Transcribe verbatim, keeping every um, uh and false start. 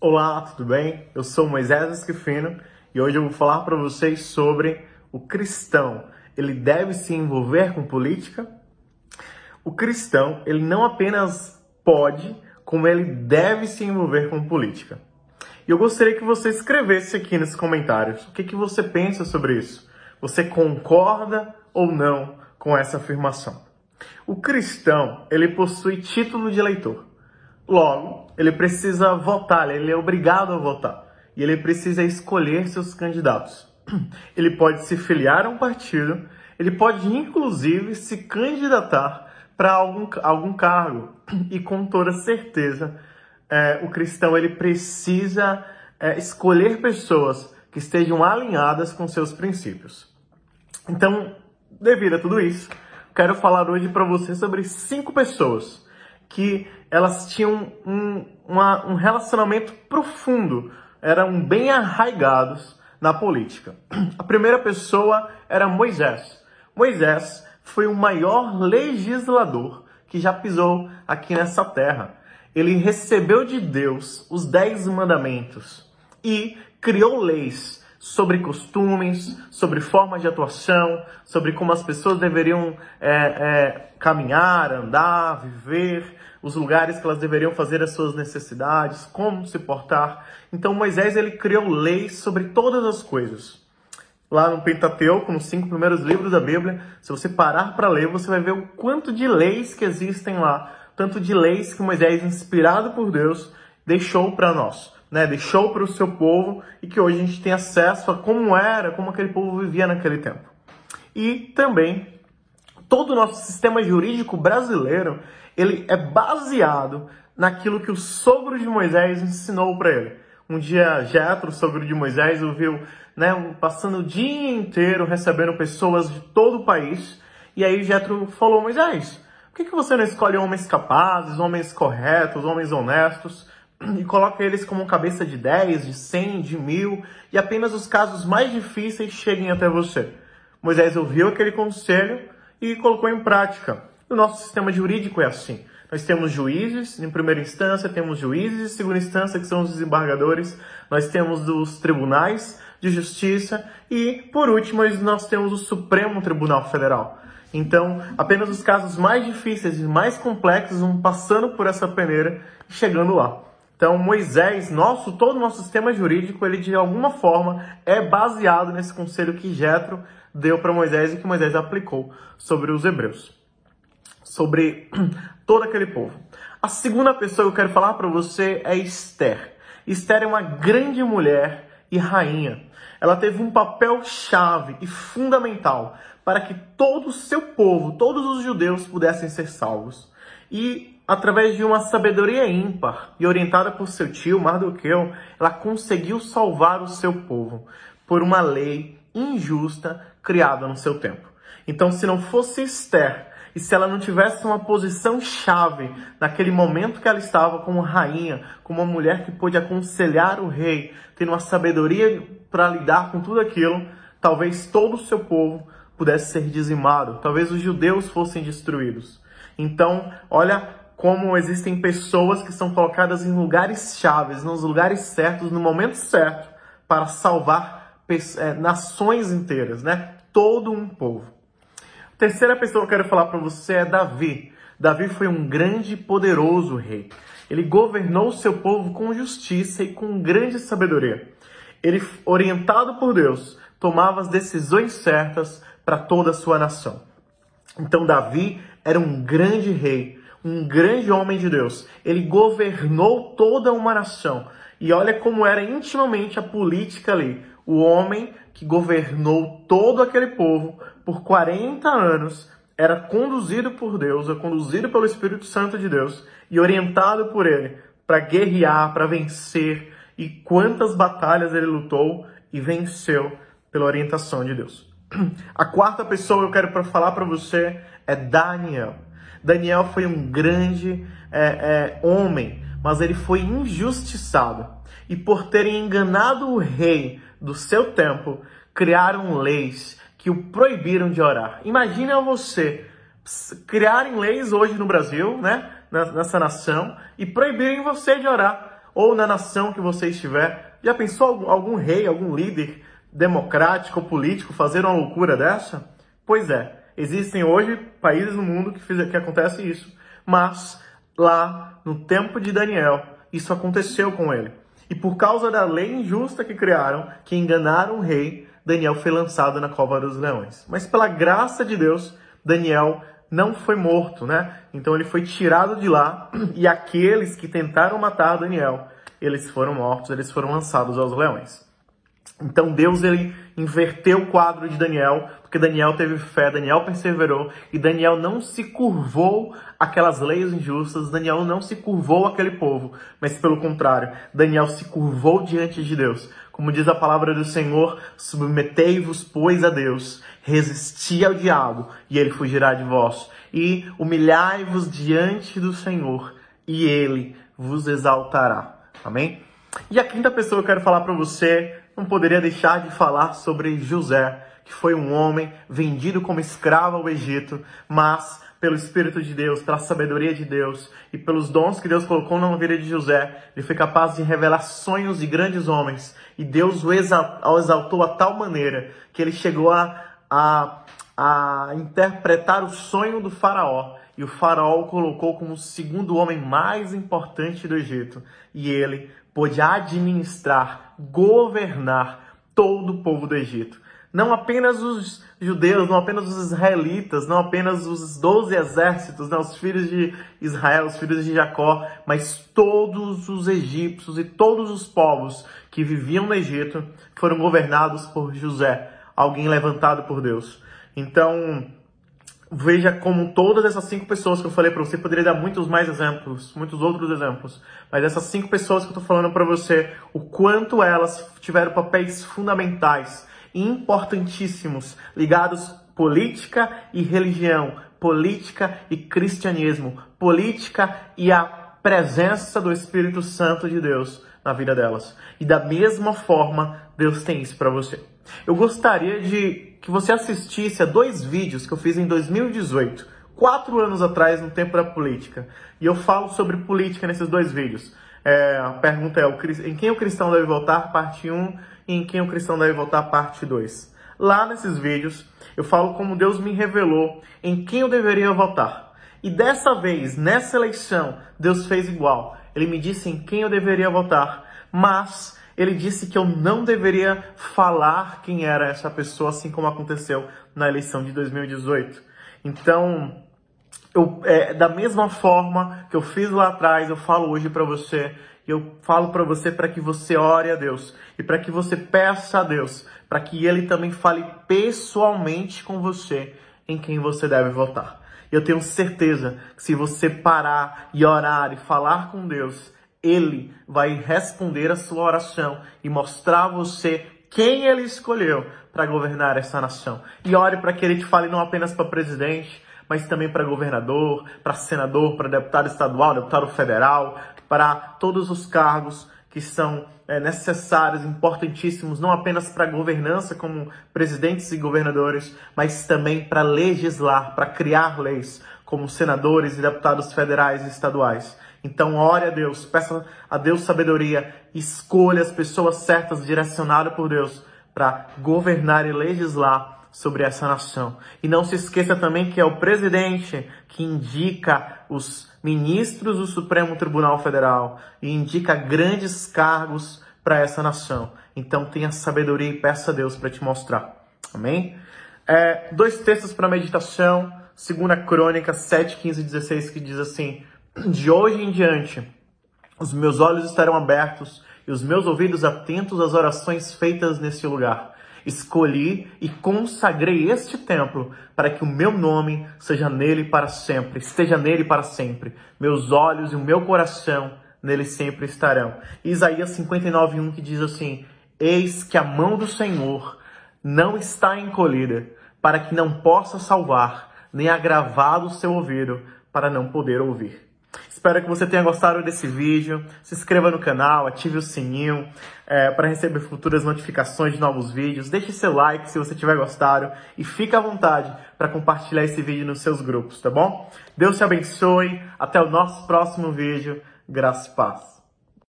Olá, tudo bem? Eu sou Moisés Esquifino e hoje eu vou falar para vocês sobre o cristão. Ele deve se envolver com política? O cristão, ele não apenas pode, como ele deve se envolver com política. E eu gostaria que você escrevesse aqui nos comentários o que, que você pensa sobre isso. Você concorda ou não com essa afirmação? O cristão, ele possui título de eleitor. Logo, ele precisa votar, ele é obrigado a votar. E ele precisa escolher seus candidatos. Ele pode se filiar a um partido, ele pode inclusive se candidatar para algum, algum cargo. E com toda certeza, é, o cristão ele precisa é, escolher pessoas que estejam alinhadas com seus princípios. Então, devido a tudo isso, quero falar hoje para você sobre cinco pessoas que elas tinham um, uma, um relacionamento profundo, eram bem arraigados na política. A primeira pessoa era Moisés. Moisés foi o maior legislador que já pisou aqui nessa terra. Ele recebeu de Deus os dez mandamentos e criou leis sobre costumes, sobre formas de atuação, sobre como as pessoas deveriam é, é, caminhar, andar, viver, os lugares que elas deveriam fazer as suas necessidades, como se portar. Então Moisés ele criou leis sobre todas as coisas. Lá no Pentateuco, nos cinco primeiros livros da Bíblia, se você parar para ler, você vai ver o quanto de leis que existem lá, tanto de leis que Moisés, inspirado por Deus, deixou para nós. Né, deixou para o seu povo e que hoje a gente tem acesso a como era, como aquele povo vivia naquele tempo. E também, todo o nosso sistema jurídico brasileiro, ele é baseado naquilo que o sogro de Moisés ensinou para ele. Um dia, Jetro, o sogro de Moisés, ouviu, né, passando o dia inteiro recebendo pessoas de todo o país, e aí Jetro falou: Moisés, por que que você não escolhe homens capazes, homens corretos, homens honestos, e coloca eles como cabeça de dez, de cem, de mil, e apenas os casos mais difíceis cheguem até você? Moisés ouviu aquele conselho e colocou em prática. O nosso sistema jurídico é assim. Nós temos juízes, em primeira instância, temos juízes, em segunda instância, que são os desembargadores, nós temos os tribunais de justiça, e, por último, nós temos o Supremo Tribunal Federal. Então, apenas os casos mais difíceis e mais complexos vão passando por essa peneira e chegando lá. Então, Moisés, nosso, todo o nosso sistema jurídico, ele de alguma forma é baseado nesse conselho que Jetro deu para Moisés e que Moisés aplicou sobre os hebreus, sobre todo aquele povo. A segunda pessoa que eu quero falar para você é Esther. Esther é uma grande mulher e rainha. Ela teve um papel chave e fundamental para que todo o seu povo, todos os judeus pudessem ser salvos. E através de uma sabedoria ímpar e orientada por seu tio, Mardoqueu, ela conseguiu salvar o seu povo por uma lei injusta criada no seu tempo. Então, se não fosse Esther, e se ela não tivesse uma posição chave naquele momento que ela estava como rainha, como uma mulher que pôde aconselhar o rei, tendo uma sabedoria para lidar com tudo aquilo, talvez todo o seu povo pudesse ser dizimado, talvez os judeus fossem destruídos. Então, olha como existem pessoas que são colocadas em lugares chaves, nos lugares certos, no momento certo, para salvar é, nações inteiras, né? Todo um povo. A terceira pessoa que eu quero falar para você é Davi. Davi foi um grande e poderoso rei. Ele governou o seu povo com justiça e com grande sabedoria. Ele, orientado por Deus, tomava as decisões certas para toda a sua nação. Então Davi era um grande rei, um grande homem de Deus. Ele governou toda uma nação. E olha como era intimamente a política ali. O homem que governou todo aquele povo por quarenta anos era conduzido por Deus, é conduzido pelo Espírito Santo de Deus e orientado por ele para guerrear, para vencer. E quantas batalhas ele lutou e venceu pela orientação de Deus. A quarta pessoa que eu quero falar para você é Daniel. Daniel foi um grande é, é, homem, mas ele foi injustiçado. E por terem enganado o rei do seu tempo, criaram leis que o proibiram de orar. Imagina você criarem leis hoje no Brasil, né, nessa nação, e proibirem você de orar. ou na nação que você estiver. Já pensou algum, algum rei, algum líder democrático ou político fazer uma loucura dessa? Pois é, existem hoje países no mundo que, fiz, que acontece isso. Mas lá, no tempo de Daniel, isso aconteceu com ele. E por causa da lei injusta que criaram, que enganaram o rei, Daniel foi lançado na cova dos leões. Mas pela graça de Deus, Daniel não foi morto, né? Então ele foi tirado de lá, e aqueles que tentaram matar Daniel, eles foram mortos, eles foram lançados aos leões. Então Deus, ele inverteu o quadro de Daniel, porque Daniel teve fé, Daniel perseverou, e Daniel não se curvou àquelas leis injustas, Daniel não se curvou àquele povo, mas pelo contrário, Daniel se curvou diante de Deus. Como diz a palavra do Senhor, submetei-vos, pois, a Deus, resisti ao diabo, e ele fugirá de vós, e humilhai-vos diante do Senhor, e ele vos exaltará. Amém? E a quinta pessoa que eu quero falar para você, não poderia deixar de falar sobre José, que foi um homem vendido como escravo ao Egito, mas pelo Espírito de Deus, pela sabedoria de Deus e pelos dons que Deus colocou na vida de José, ele foi capaz de revelar sonhos de grandes homens, e Deus o exaltou a tal maneira que ele chegou a, a, a interpretar o sonho do faraó, e o faraó o colocou como o segundo homem mais importante do Egito, e ele pôde administrar, governar todo o povo do Egito. Não apenas os judeus, não apenas os israelitas, não apenas os doze exércitos, não, os filhos de Israel, os filhos de Jacó, mas todos os egípcios e todos os povos que viviam no Egito foram governados por José, alguém levantado por Deus. Então, veja como todas essas cinco pessoas que eu falei para você, poderia dar muitos mais exemplos, muitos outros exemplos, mas essas cinco pessoas que eu estou falando para você, o quanto elas tiveram papéis fundamentais, importantíssimos, ligados política e religião, política e cristianismo, política e a presença do Espírito Santo de Deus na vida delas. E da mesma forma, Deus tem isso para você. Eu gostaria de que você assistisse a dois vídeos que eu fiz em dois mil e dezoito, quatro anos atrás, no tempo da política. E eu falo sobre política nesses dois vídeos. É, a pergunta é, em quem o cristão deve votar, parte um, e em quem o cristão deve votar, parte dois. Lá nesses vídeos, eu falo como Deus me revelou em quem eu deveria votar. E dessa vez, nessa eleição, Deus fez igual. Ele me disse em quem eu deveria votar, mas ele disse que eu não deveria falar quem era essa pessoa, assim como aconteceu na eleição de dois mil e dezoito. Então, eu, é, da mesma forma que eu fiz lá atrás, eu falo hoje para você, eu falo para você para que você ore a Deus e para que você peça a Deus, para que Ele também fale pessoalmente com você em quem você deve votar. Eu tenho certeza que se você parar e orar e falar com Deus, Ele vai responder a sua oração e mostrar a você quem Ele escolheu para governar essa nação. E ore para que Ele te fale não apenas para presidente, mas também para governador, para senador, para deputado estadual, deputado federal, para todos os cargos que são é, necessários, importantíssimos, não apenas para a governança como presidentes e governadores, mas também para legislar, para criar leis, como senadores e deputados federais e estaduais. Então, ore a Deus, peça a Deus sabedoria, escolha as pessoas certas, direcionadas por Deus, para governar e legislar sobre essa nação. E não se esqueça também que é o presidente que indica os ministros do Supremo Tribunal Federal e indica grandes cargos para essa nação. Então tenha sabedoria e peça a Deus para te mostrar. Amém? É, dois textos para meditação. Segunda Crônica sete, quinze e dezesseis, que diz assim: de hoje em diante, os meus olhos estarão abertos e os meus ouvidos atentos às orações feitas nesse lugar. Escolhi e consagrei este templo para que o meu nome seja nele para sempre, esteja nele para sempre. Meus olhos e o meu coração nele sempre estarão. Isaías cinquenta e nove, um, que diz assim: eis que a mão do Senhor não está encolhida, para que não possa salvar, nem agravado o seu ouvido, para não poder ouvir. Espero que você tenha gostado desse vídeo. Se inscreva no canal, ative o sininho é, para receber futuras notificações de novos vídeos. Deixe seu like se você tiver gostado e fique à vontade para compartilhar esse vídeo nos seus grupos, tá bom? Deus te abençoe. Até o nosso próximo vídeo. Graça e paz.